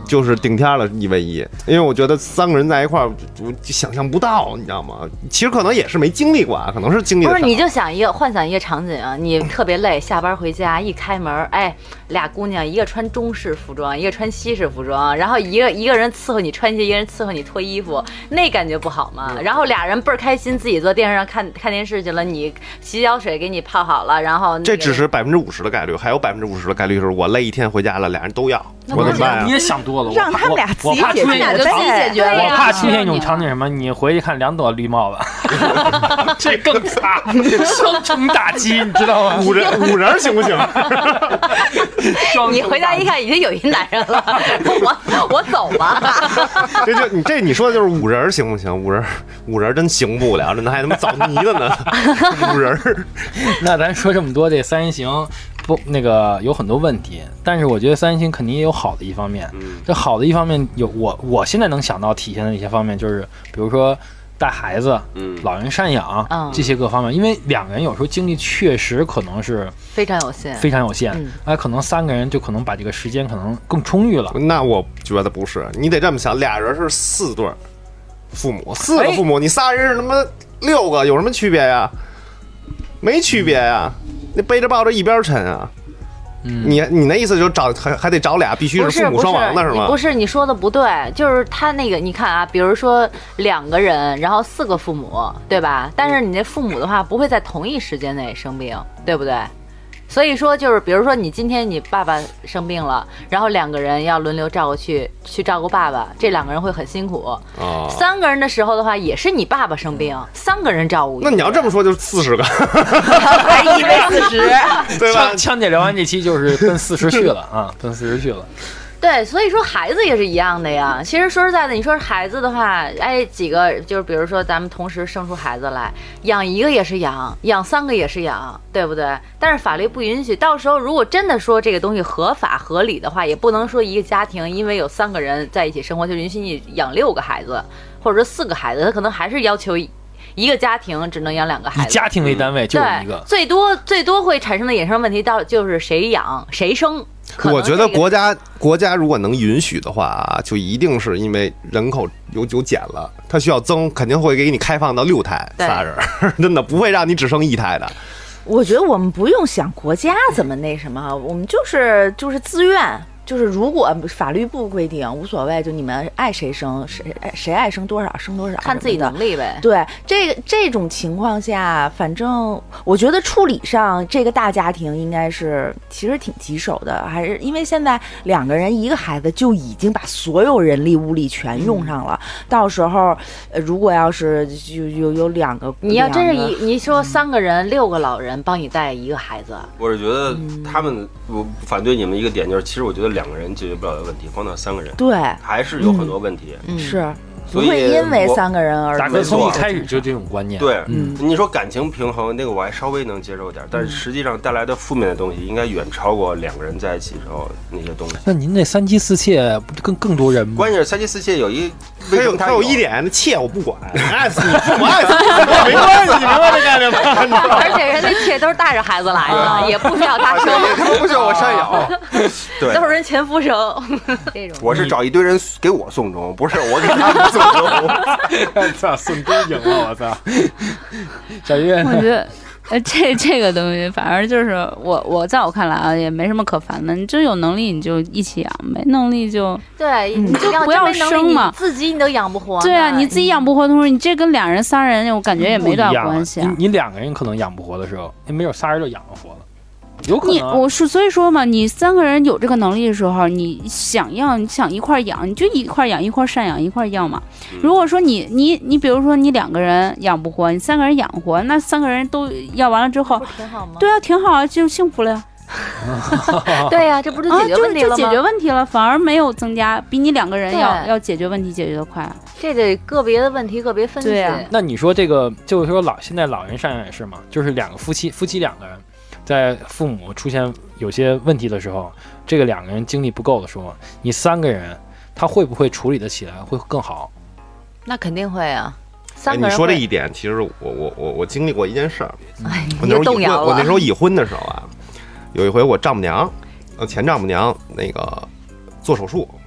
就是顶天了一 v 一，因为我觉得三个人在一块儿，我就想象不到，你知道吗？其实可能也是没经历过啊，可能是经历的少。 不是，你就想一个幻想一个场景啊，你特别累，下班回家一开门，哎，俩姑娘，一个穿中式服装，一个穿西式服装，然后一个一个人伺候你穿鞋，一个人伺候你脱衣服，那感觉不好吗？然后俩人倍儿开心，自己坐电视上看看电视去了，你洗脚水给你泡好了，然后、那个、 这只是百分之五十的概率，还有百分之五十的概率是我累一天回家了，俩人都要，我怎么办啊？ 你也想多了， 让他们俩自己解决， 他们俩就自己解决了。 我怕出现一种场景什么，你回去看两朵绿帽子，这更惨，双重打击，你知道吗？ 五人五人行不行？ 你回家一看，已经有一男人了，我我走吧。 这就你这你说的就是五人行不行？五人五人真行不了，这还他妈枣泥的呢。五人， 那咱说这么多，这三人行不那个有很多问题，但是我觉得三人行肯定也有好的一方面。这好的一方面有我我现在能想到体现的一些方面，就是比如说带孩子、嗯、老人赡养、嗯、这些各方面，因为两个人有时候精力确实可能是非常有限， 非常有限。哎、嗯，可能三个人就可能把这个时间可能更充裕了。 那我觉得不是，你得这么想，俩人是四对父母，四个父母，你仨人是他妈六个，有什么区别呀？没区别呀，那背着抱着一边沉啊。嗯、你你那意思就找还还得找俩必须是父母双亡的是吗？ 不是，你说的不对，就是他那个你看啊，比如说两个人，然后四个父母，对吧？但是你那父母的话不会在同一时间内生病，对不对？所以说就是比如说你今天你爸爸生病了，然后两个人要轮流照顾去去照顾爸爸，这两个人会很辛苦。哦，三个人的时候的话也是你爸爸生病，三个人照顾。 那你要这么说就是四十个， 还以为四十， 对吧？ 枪姐聊完这期就是奔四十去了啊，奔四十去了。 对，所以说孩子也是一样的呀。其实说实在的，你说孩子的话，哎，几个就是比如说咱们同时生出孩子来，养一个也是养，养三个也是养，对不对？但是法律不允许。到时候如果真的说这个东西合法合理的话，也不能说一个家庭因为有三个人在一起生活就允许你养六个孩子，或者说四个孩子，他可能还是要求一个家庭只能养两个孩子， 以家庭为单位就是一个， 最多最多会产生的衍生问题到就是谁养谁生。 我觉得国家国家如果能允许的话，就一定是因为人口有有减了，它需要增，肯定会给你开放到六胎仨人，真的不会让你只生一胎的。 我觉得我们不用想国家怎么那什么，我们就是就是自愿。就是如果法律不规定无所谓，就你们爱谁生谁谁爱生多少生多少， 看自己能力呗。 对，这个这种情况下，反正我觉得处理上这个大家庭应该是其实挺棘手的，还是因为现在两个人一个孩子就已经把所有人力物力全用上了，嗯、到时候、呃、如果要是有有有两个， 你要真是一你说三个人、嗯、六个老人帮你带一个孩子， 我是觉得他们我反对你们一个点就是，其实我觉得。两个人解决不了的问题，光到三个人， 对， 还是有很多问题。 嗯，是不会因为三个人而。 大哥从一开始就这种观念。 对，嗯，你说感情平衡那个我还稍微能接受点，但是实际上带来的负面的东西应该远超过两个人在一起时候那些东西。 那您那三妻四妾不更更多人吗？ 关键是三妻四妾有一， 还有还有一点，妾我不管，爱死你，我爱死你，没关系，你明白这概念吗？ 而且人家妾都是带着孩子来的，也不需要他生， 他们不需要我赡养，对， 都是人前夫生。这种我是找一堆人给我送终，不是我给他们送终。 操，送终赢了，我操！小月， 我觉得。呃，这这个东西，反正就是我我在我看来啊，也没什么可烦的。你真有能力你就一起养，没能力就对， 你就不要生嘛。 自己你都养不活。 对啊，你自己养不活的时候，你这跟两人、仨人，我感觉也没多大关系啊。 你你两个人可能养不活的时候，你没有仨人就养得活了。有可能、啊、 你我是所以说嘛，你三个人有这个能力的时候，你想要你想一块养，你就一块养一块赡养一块要嘛。如果说你你你比如说你两个人养不活，你三个人养活，那三个人都要完了之后， 不挺好吗？ 对啊，挺好啊，就幸福了呀。 对呀、啊，这不是解决问题了吗、 啊就？就解决问题了，反而没有增加，比你两个人要要解决问题解决的快。 这得个别的问题个别分析。 对啊， 那你说这个就是说老现在老人赡养也是嘛，就是两个夫妻夫妻两个人。在父母出现有些问题的时候，这个两个人精力不够的时候，你三个人他会不会处理得起来会更好？ 那肯定会啊。三个人、 哎、你说这一点，其实我我我我经历过一件事儿。 哎， 我那时候已婚，我那时候已婚的时候啊，有一回我丈母娘，呃前丈母娘那个做手术，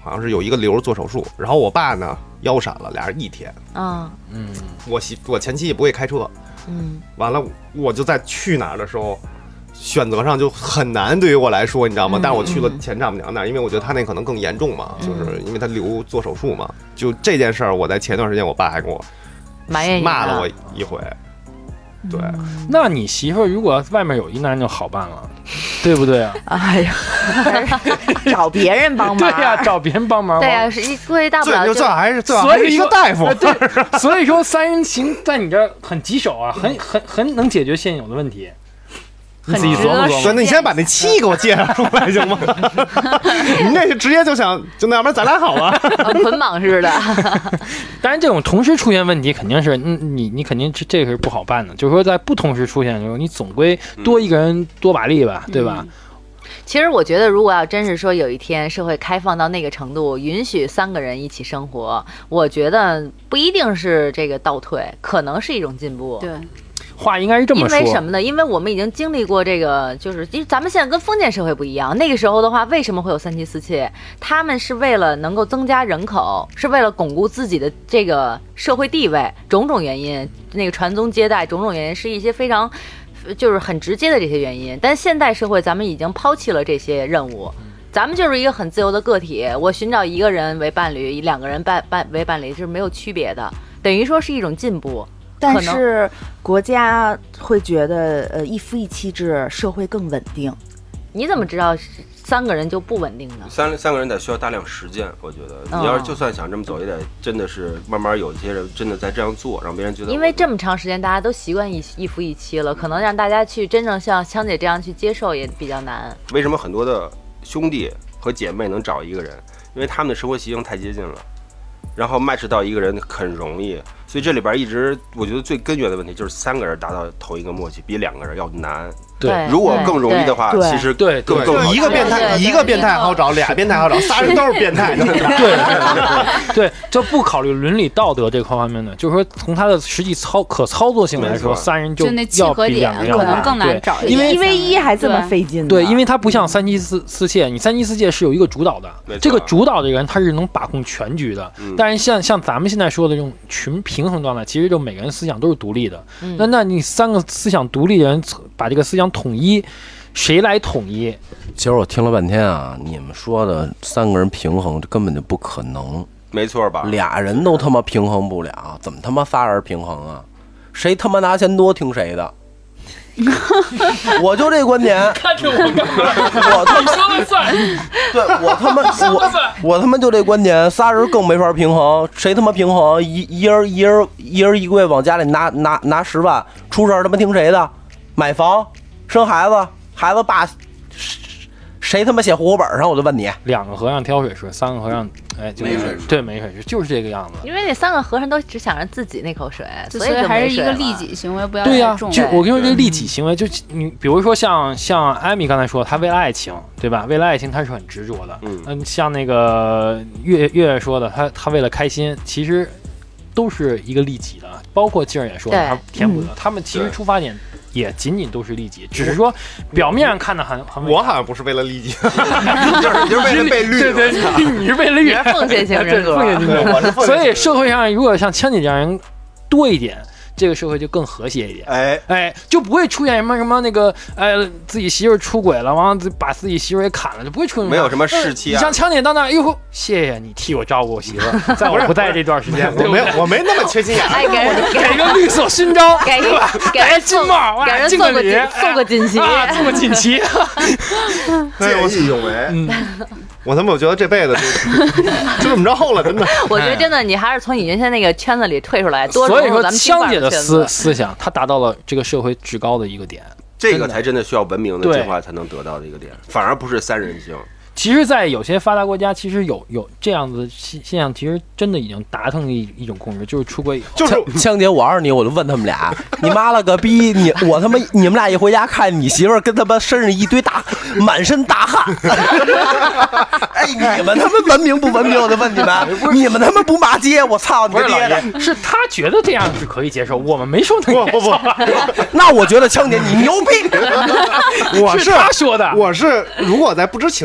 好像是有一个瘤做手术，然后我爸呢腰闪了，俩人一天。 嗯嗯， 我媳我前妻也不会开车， 嗯， 完了我就在去哪儿的时候。选择上就很难，对于我来说，你知道吗？ 嗯、 但是我去了前丈母娘那儿，因为我觉得他那可能更严重嘛，嗯、就是因为他瘤做手术嘛。就这件事儿，我在前段时间，我爸还跟我骂了我一回。对， 那你媳妇儿如果外面有一男人就好办了，对不对啊？ 哎呀，找别人帮忙。 对呀、啊，找别人帮忙。 对呀、啊，是一过一大不了就这还是这还是一个大夫。 对，所以说三人行在你这儿很棘手啊，很很很能解决现有的问题。你自己琢磨琢磨。 那你先把那气给我介绍出来行吗？你那是直接就想，就那要不然咱俩好了， 捆绑似的。 当然，这种同时出现问题肯定是，嗯，你你肯定是这个是不好办的。就是说，在不同时出现的时候，你总归多一个人多把力吧，嗯、对吧？ 其实我觉得，如果要真是说有一天社会开放到那个程度，允许三个人一起生活，我觉得不一定是这个倒退，可能是一种进步。 对。 话应该是这么说， 因为什么呢？因为我们已经经历过这个，就是因为咱们现在跟封建社会不一样。那个时候的话，为什么会有三妻四妾？他们是为了能够增加人口，是为了巩固自己的这个社会地位，种种原因，那个传宗接代，种种原因是一些非常，就是很直接的这些原因。但现代社会，咱们已经抛弃了这些任务。咱们就是一个很自由的个体，我寻找一个人为伴侣，两个人伴伴为伴侣是没有区别的，等于说是一种进步。 但是国家会觉得，呃，一夫一妻制社会更稳定。 你怎么知道三个人就不稳定呢？ 三三个人得需要大量实践，我觉得、哦、你要是就算想这么走，也得真的是慢慢有一些人真的在这样做，让别人觉得。 因为这么长时间大家都习惯一一夫一妻了，可能让大家去真正像枪姐这样去接受也比较难。 为什么很多的兄弟和姐妹能找一个人？因为他们的生活习性太接近了，然后 match 到一个人很容易。所以这里边一直我觉得最根源的问题就是三个人达到同一个默契比两个人要难。 对， 如果更容易的话，其实对更更一个变态一个变态好找，俩变态好找，仨人都是变态。对对对，就不考虑伦理道德这块方面的，就是说从他的实际操可操作性来说，三人就要比两个人可能更难找， 因为一 v 一还这么费劲。 对，因为他不像三妻四四妾，你三妻四妾是有一个主导的，这个主导的人他是能把控全局的。但是像像咱们现在说的这种群平衡状态，其实就每个人思想都是独立的。那那你三个思想独立的人把这个思想统一，谁来统一？ 其实我听了半天啊，你们说的三个人平衡根本就不可能， 没错吧？ 俩人都他妈平衡不了，怎么他妈仨人平衡啊？谁他妈拿钱多听谁的？我就这观点， 看着我干嘛？ 我他妈说了算。 对，我他妈我我他妈就这观点，仨人更没法平衡，谁他妈平衡？一一人一人一人一个月往家里拿拿拿十万，出事儿他妈听谁的？买房、生孩子，孩子爸谁他妈写户口本上？我就问你， 两个和尚挑水吃，三个和尚哎，就没水吃， 对，没水吃，就是这个样子。 因为那三个和尚都只想着自己那口水，所以还是一个利己行为，不要对呀、啊。 就我跟你说，这利己行为，就你比如说像像艾米刚才说，她为了爱情，对吧？为了爱情，她是很执着的。嗯嗯，像那个月月月说的，她她为了开心，其实都是一个利己的。包括静儿也说的，她填补的，他们其实出发点。也仅仅都是利己，只是说表面上看的很很。 我好像不是为了利己，就是就是为了被绿。 对对，你是为了绿。 奉献型人格， 奉献型人格。所以社会上如果像枪姐这样人多一点，这个社会就更和谐一点。 哎哎，就不会出现什么什么那个哎自己媳妇出轨了，完了把自己媳妇给砍了，就不会出现。 没有什么士气啊。 你像枪姐到那，哎呦，谢谢你替我照顾我媳妇，在我不在这段时间， 我没有我没那么缺心眼。 哎，给人给个绿色勋章， 给给人金帽， 给人送个送个锦旗， 送个锦旗， 见义勇为。 嗯。 我他妈我觉得这辈子就就这么着后了，真的。 我觉得真的，你还是从你原先那个圈子里退出来，多所以说， 咱们枪姐的思思想，它达到了这个社会至高的一个点， 这个才真的需要文明的进化才能得到的一个点，反而不是三人行。 其实，在有些发达国家，其实有有这样子现现象，其实真的已经达成一一种共识，就是出轨以后。 就是枪姐，我要是你，我就问他们俩：你妈了个逼！你我他妈你们俩一回家看你媳妇儿跟他妈身上一堆大满身大汗。哎，你们他妈文明不文明？我就问你们，你们他妈不骂街？我操你个爹的！ 是他觉得这样是可以接受，我们没说能不不不。 那我觉得枪姐你牛逼。 我是他说的， 我是如果在不知情的情况下。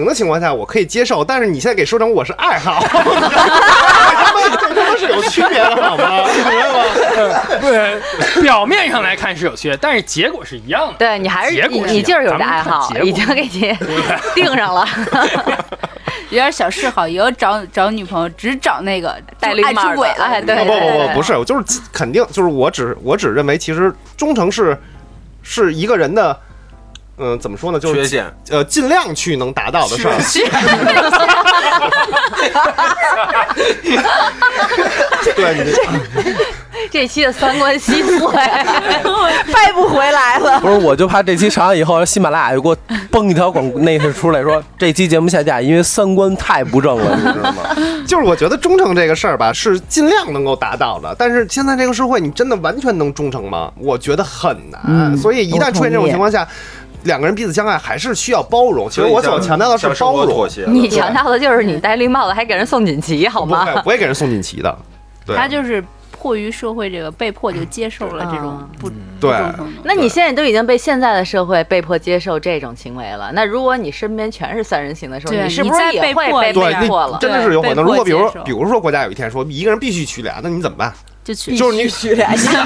下我可以接受，但是你现在给说成我是爱好，他们这他妈是有区别的好吗？你明白吗？ 对，表面上来看是有区别，但是结果是一样的。 对你还是你你就是有这爱好，已经给你定上了。 有点小嗜好，以后找找女朋友只找那个戴绿帽的，哎，对， 不不不不是，我就是肯定就是我只我只认为，其实忠诚是是一个人的，嗯、呃，怎么说呢，就是缺陷， 呃，尽量去能达到的事儿。对，你这。 这期的三观稀碎， 掰不回来了。 不是，我就怕这期上完以后，喜马拉雅就给我蹦一条广那是出来说这期节目下架，因为三观太不正了，你知道吗？ 就是我觉得忠诚这个事儿吧，是尽量能够达到的，但是现在这个社会，你真的完全能忠诚吗？我觉得很难。嗯、所以一旦出现这种情况下，两个人彼此相爱，还是需要包容。其实我所强调的是包容。 你强调的就是你戴绿帽子还给人送锦旗，好吗？ 不会，不会给人送锦旗的。对， 他就是迫于社会这个被迫就接受了这种不对。 那你现在都已经被现在的社会被迫接受这种行为了，那如果你身边全是三人行的时候，你是不是也会被被迫了？ 真的是有可能。如果比如比如说国家有一天说一个人必须娶俩，那你怎么办？ 就娶， 就是你娶俩，想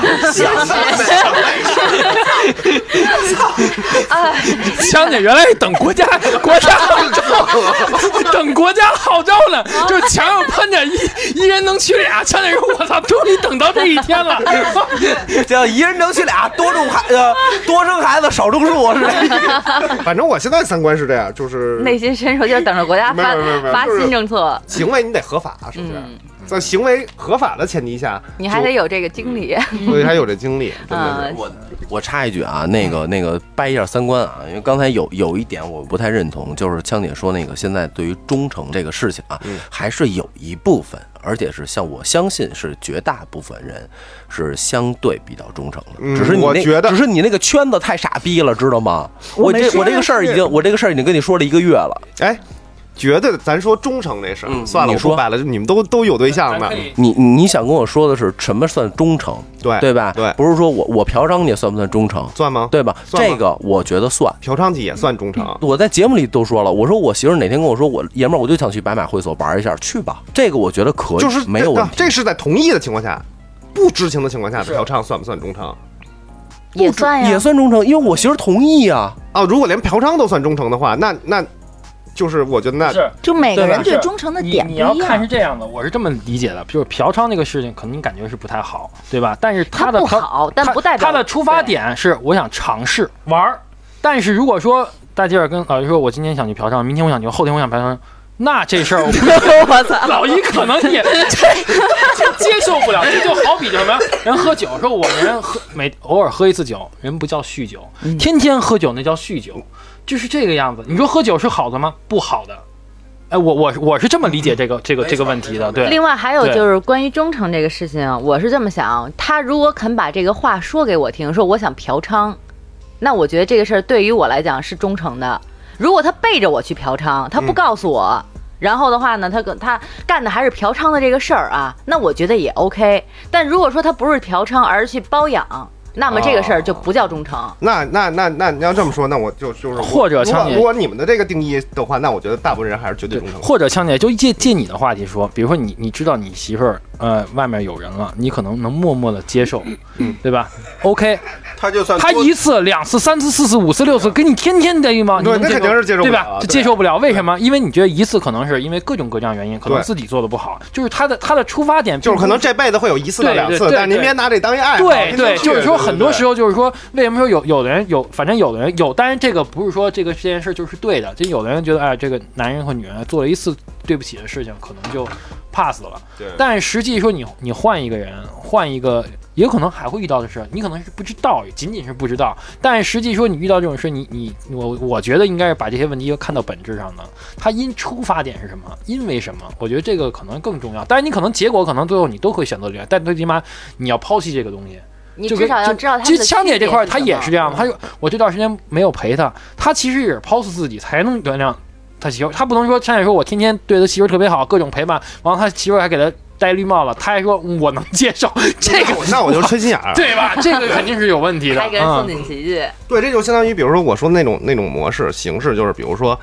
强姐原来等国家国家号召，等国家号召呢，就是强要喷着一一人能娶俩，强姐说我操，终于等到这一天了， 叫一人能娶俩，多种孩子，多生孩子少种树是吧？ 反正我现在三观是这样，就是内心深处就是等着国家发发新政策， 行为你得合法，是不是？在行为合法的前提下， 你还得有这个经历， 所以还有这经历。真的是我我插一句啊，那个那个掰一下三观啊，因为刚才有有一点我不太认同，就是枪姐说那个现在对于忠诚这个事情啊，嗯、还是有一部分，而且是像我相信是绝大部分人是相对比较忠诚的， 嗯、 只是你那我觉得只是你那个圈子太傻逼了，知道吗？我这我这个事儿已经我这个事儿已经跟你说了一个月了， 哎。觉得咱说忠诚这事儿、嗯，算了，我说白了，你们都都有对象的。 你你想跟我说的是什么算忠诚？ 对对吧？ 对， 不是说我我嫖娼你算不算忠诚？ 算吗？ 对吧？这个我觉得算， 嫖娼也算忠诚。 我在节目里都说了，我说我媳妇哪天跟我说我爷们儿我就想去白马会所玩一下，去吧。这个我觉得可以， 就是没有问题。 这是在同意的情况下，不知情的情况下的嫖娼算不算忠诚？ 也算呀， 也算忠诚，因为我媳妇同意啊。 啊，如果连嫖娼都算忠诚的话，那那。就是我觉得那是就每个人对忠诚的点不一样。你, 你要看是这样的，我是这么理解的，就是嫖娼这个事情，可能你感觉是不太好，对吧？但是他的不好，但不代表他的出发点是我想尝试玩儿。但是如果说大吉尔跟老姨说，我今天想去嫖娼，明天我想去，后天我想嫖娼，那这事儿我操，老姨可能也这接受不了。这就好比就什么人喝酒，说我们人喝每偶尔喝一次酒，人不叫酗酒，天天喝酒那叫酗酒。就是这个样子，你说喝酒是好的吗？不好的。哎，我我我是这么理解这个这个这个问题的。对。 另外还有就是关于忠诚这个事情，我是这么想，他如果肯把这个话说给我听，说我想嫖娼，那我觉得这个事儿对于我来讲是忠诚的。如果他背着我去嫖娼，他不告诉我，嗯、然后的话呢，他他干的还是嫖娼的这个事儿啊，那我觉得也 OK。但如果说他不是嫖娼，而是去包养。那么这个事儿就不叫忠诚。 哦、那那那那你要这么说，那我就就是或者枪姐， 如果你们的这个定义的话，那我觉得大部分人还是绝对忠诚。 或者枪姐就借借你的话题说，比如说你你知道你媳妇儿呃外面有人了，你可能能默默的接受，嗯，对吧 ？OK， 他就算他一次、两次、三次、四次、五次、六次，给你天天的吗？ 对，那肯定是接受不了， 对吧？就接受不了。为什么？因为你觉得一次可能是因为各种各样原因，可能自己做的不好，就是他的他的出发点就是可能这辈子会有一次到两次，但您别拿这当一爱好。 对对，就是说很多时候就是说。为什么说有有的人有，反正有的人有，当然这个不是说这个这件事就是对的，就有的人觉得哎，这个男人和女人做了一次对不起的事情，可能就 pass 了。对。但是实际说你你换一个人，换一个，也有可能还会遇到的事，你可能是不知道，仅仅是不知道。但是实际说你遇到这种事，你你我我觉得应该是把这些问题看到本质上的，它因出发点是什么，因为什么？我觉得这个可能更重要。但是你可能结果可能最后你都会选择这样，但最起码你要抛弃这个东西。 你至少要知道他的。 其实枪姐这块他也是这样的，他就我这段时间没有陪他，他其实也是抛弃自己才能原谅他媳妇，他不能说枪姐说我天天对他媳妇特别好，各种陪伴，完了他媳妇还给他戴绿帽了，他还说我能接受这个， 那我就缺心眼儿， 对吧？这个肯定是有问题的， 还给人送锦旗去。 对，这就相当于比如说我说的那种那种模式形式，就是比如说。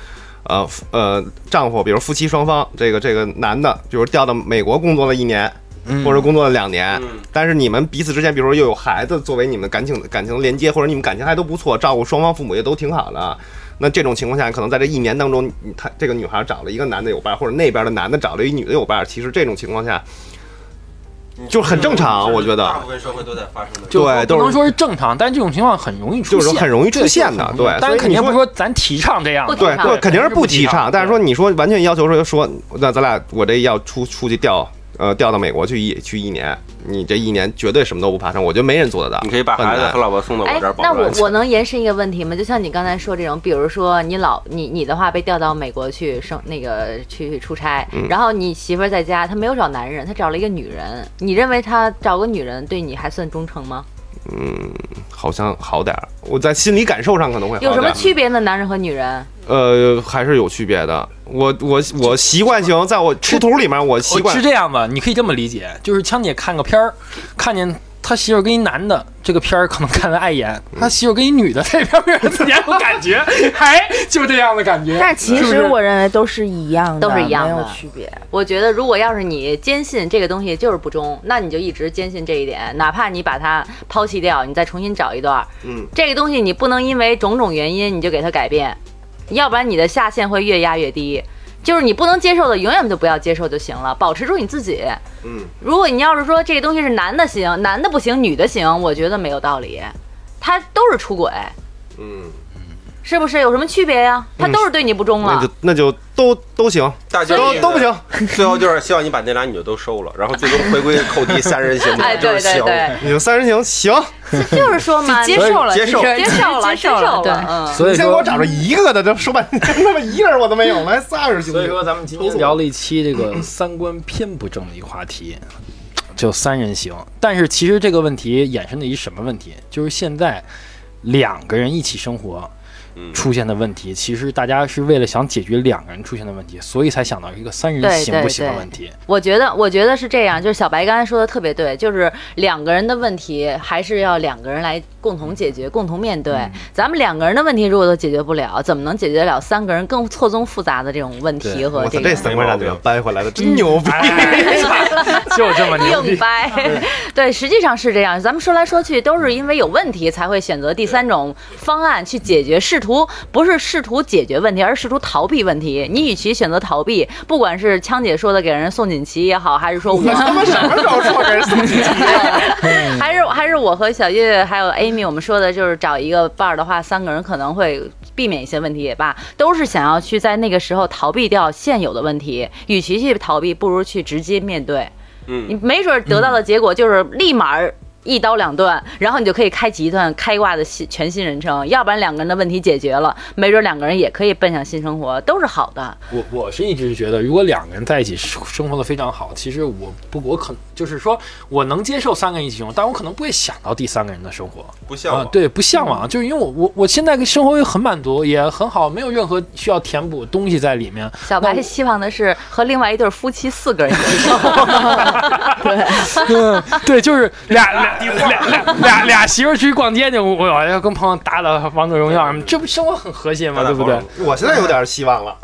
呃呃丈夫，比如夫妻双方，这个这个男的，比如调到美国工作了一年。或者工作了两年，嗯、但是你们彼此之间，比如说又有孩子作为你们感情感情连接，或者你们感情还都不错，照顾双方父母也都挺好的。那这种情况下，可能在这一年当中，他这个女孩找了一个男的有伴，或者那边的男的找了一女的有伴，其实这种情况下就很正常，我觉得大部分社会都在发生的。 对， 不能说是正常，但这种情况很容易出现， 就是很容易出现的。对， 但是肯定不是说咱提倡这样， 对对，肯定是不提倡。但是说你说完全要求说说，那咱俩我这要出出去调。呃，调到美国去一去一年，你这一年绝对什么都不发生，我觉得没人做得到。 你可以把孩子和老婆送到我这儿保那我我能延伸一个问题吗？就像你刚才说这种，比如说你老你你的话被调到美国去生那个去出差，嗯、然后你媳妇儿在家，她没有找男人，她找了一个女人，你认为她找个女人对你还算忠诚吗？ 嗯，好像好点儿，我在心理感受上可能会好点。 有什么区别呢？男人和女人？ 呃，还是有区别的。我我我习惯性在我出图里面，我习惯是这样吧？你可以这么理解，就是枪姐看个片儿，看见他媳妇跟一男的，这个片儿可能看得碍眼；他媳妇跟一女的，这片儿自己还有感觉，还就这样的感觉。 但其实我认为都是一样的， 都是一样的， 没有区别。 我觉得如果要是你坚信这个东西就是不忠，那你就一直坚信这一点，哪怕你把它抛弃掉，你再重新找一段，嗯，这个东西你不能因为种种原因你就给它改变，要不然你的下限会越压越低。就是你不能接受的，永远就不要接受就行了，保持住你自己。嗯，如果你要是说这个东西是男的行，男的不行，女的行，我觉得没有道理，他都是出轨。嗯，是不是有什么区别呀？他都是对你不忠了， 那就那就都都行， 大家都都不行。 最后就是希望你把那俩女的都收了，然后最终回归扣题三人行。 哎，对对对， 你就三人行行。 就是说嘛， 接受了， 接受接受了，接受了，对， 嗯。所以说，给我找着一个的，这说半天，他妈一个人我都没有，来仨人行。 所以说，咱们今天聊了一期这个三观偏不正的一个话题，就三人行。但是其实这个问题衍生的一什么问题？就是现在两个人一起生活出现的问题，其实大家是为了想解决两个人出现的问题，所以才想到一个三人行不行的问题。 对对对，我觉得，我觉得是这样，就是小白刚才说的特别对，就是两个人的问题还是要两个人来共同解决、共同面对。嗯、咱们两个人的问题如果都解决不了，怎么能解决得了三个人更错综复杂的这种问题和这个？ 这三观让你们掰回来的真牛逼， 就这么牛逼， 硬掰。对，实际上是这样。咱们说来说去都是因为有问题才会选择第三种方案去解决，试图不是试图解决问题，而是试图逃避问题。你与其选择逃避，不管是枪姐说的给人送锦旗也好，还是说我他妈什么时候说给人送锦旗？ 还是还是我和小月还有 Amy 我们说的，就是找一个伴儿的话，三个人可能会避免一些问题也罢，都是想要去在那个时候逃避掉现有的问题。与其去逃避，不如去直接面对。嗯，你没准得到的结果就是立马一刀两断，然后你就可以开启一段开挂的新全新人生。要不然两个人的问题解决了，没准两个人也可以奔向新生活，都是好的。 我我是一直觉得，如果两个人在一起生活的非常好，其实我不我可就是说我能接受三个人一起生活，但我可能不会想到第三个人的生活， 不向往、 呃、对，不向往，嗯、就是因为我我我现在生活也很满足，也很好，没有任何需要填补东西在里面。 小白希望的是和另外一对夫妻四个人一起生活。 对，嗯，对，就是俩俩。俩俩俩俩媳妇去逛街去，我要跟朋友打打王者荣耀什么，这不生活很和谐吗？对不对？ 我现在有点希望了。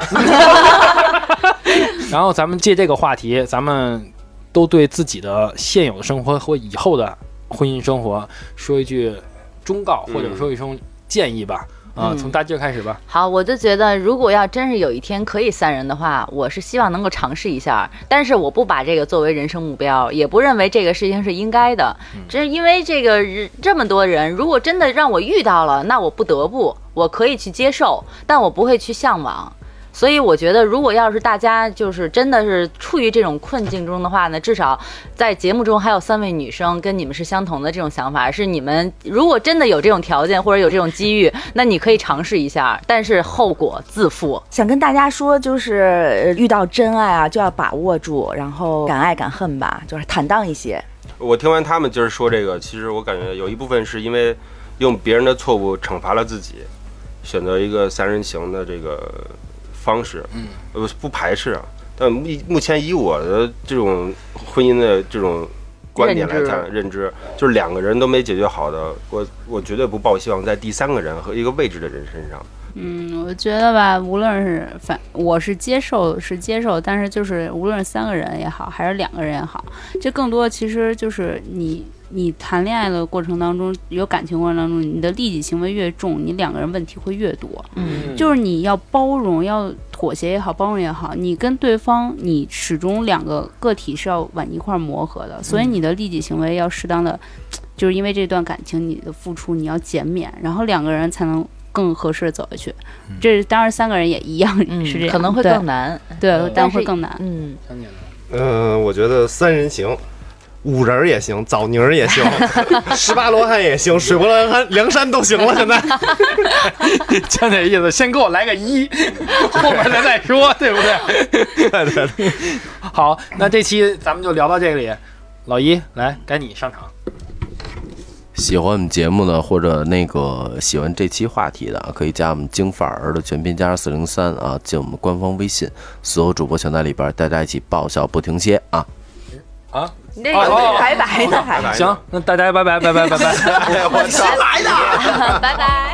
然后咱们借这个话题，咱们都对自己的现有的生活和以后的婚姻生活说一句忠告，或者说一声建议吧。啊，从大劲开始吧。 好，我就觉得，如果要真是有一天可以三人的话，我是希望能够尝试一下，但是我不把这个作为人生目标，也不认为这个事情是应该的。只是因为这个这么多人，如果真的让我遇到了，那我不得不，我可以去接受，但我不会去向往。所以我觉得，如果要是大家就是真的是处于这种困境中的话呢，至少在节目中还有三位女生跟你们是相同的这种想法，是你们如果真的有这种条件或者有这种机遇，那你可以尝试一下，但是后果自负。 想跟大家说，就是遇到真爱啊，就要把握住，然后敢爱敢恨吧，就是坦荡一些。 我听完他们就是说这个，其实我感觉有一部分是因为用别人的错误惩罚了自己，选择一个三人行的这个方式，嗯，呃，不排斥啊，但目目前以我的这种婚姻的这种观点来看，认知就是两个人都没解决好的，我我绝对不抱希望在第三个人和一个未知的人身上。 嗯，我觉得吧，无论是反，我是接受是接受，但是就是无论是三个人也好，还是两个人也好，这更多其实就是你你谈恋爱的过程当中，有感情过程当中，你的利己行为越重，你两个人问题会越多。 嗯， 就是你要包容，要妥协也好，包容也好，你跟对方，你始终两个个体是要往一块磨合的，所以你的利己行为要适当的，就是因为这段感情你的付出你要减免，然后两个人才能更合适的走下去。这当然三个人也一样， 嗯、 是这样， 可能会更难， 对， 嗯、 但会更难。 嗯， 嗯、呃，我觉得三人行。五人也行，枣泥儿也行，十八罗汉也行，水泊梁山梁山都行了。现在， 就这意思，先给我来个一，后面咱再说，对不对？ 对对对。 好，那这期咱们就聊到这里。老一，来，该你上场。 喜欢我们节目的，或者那个喜欢这期话题的，可以加我们京范儿的全拼加上四零三啊，进我们官方微信，所有主播全在里边，大家一起爆笑不停歇啊！ 啊。 你这个拜拜呢还？ 行，那大家拜拜拜拜拜拜！ 我操，来的， 拜拜。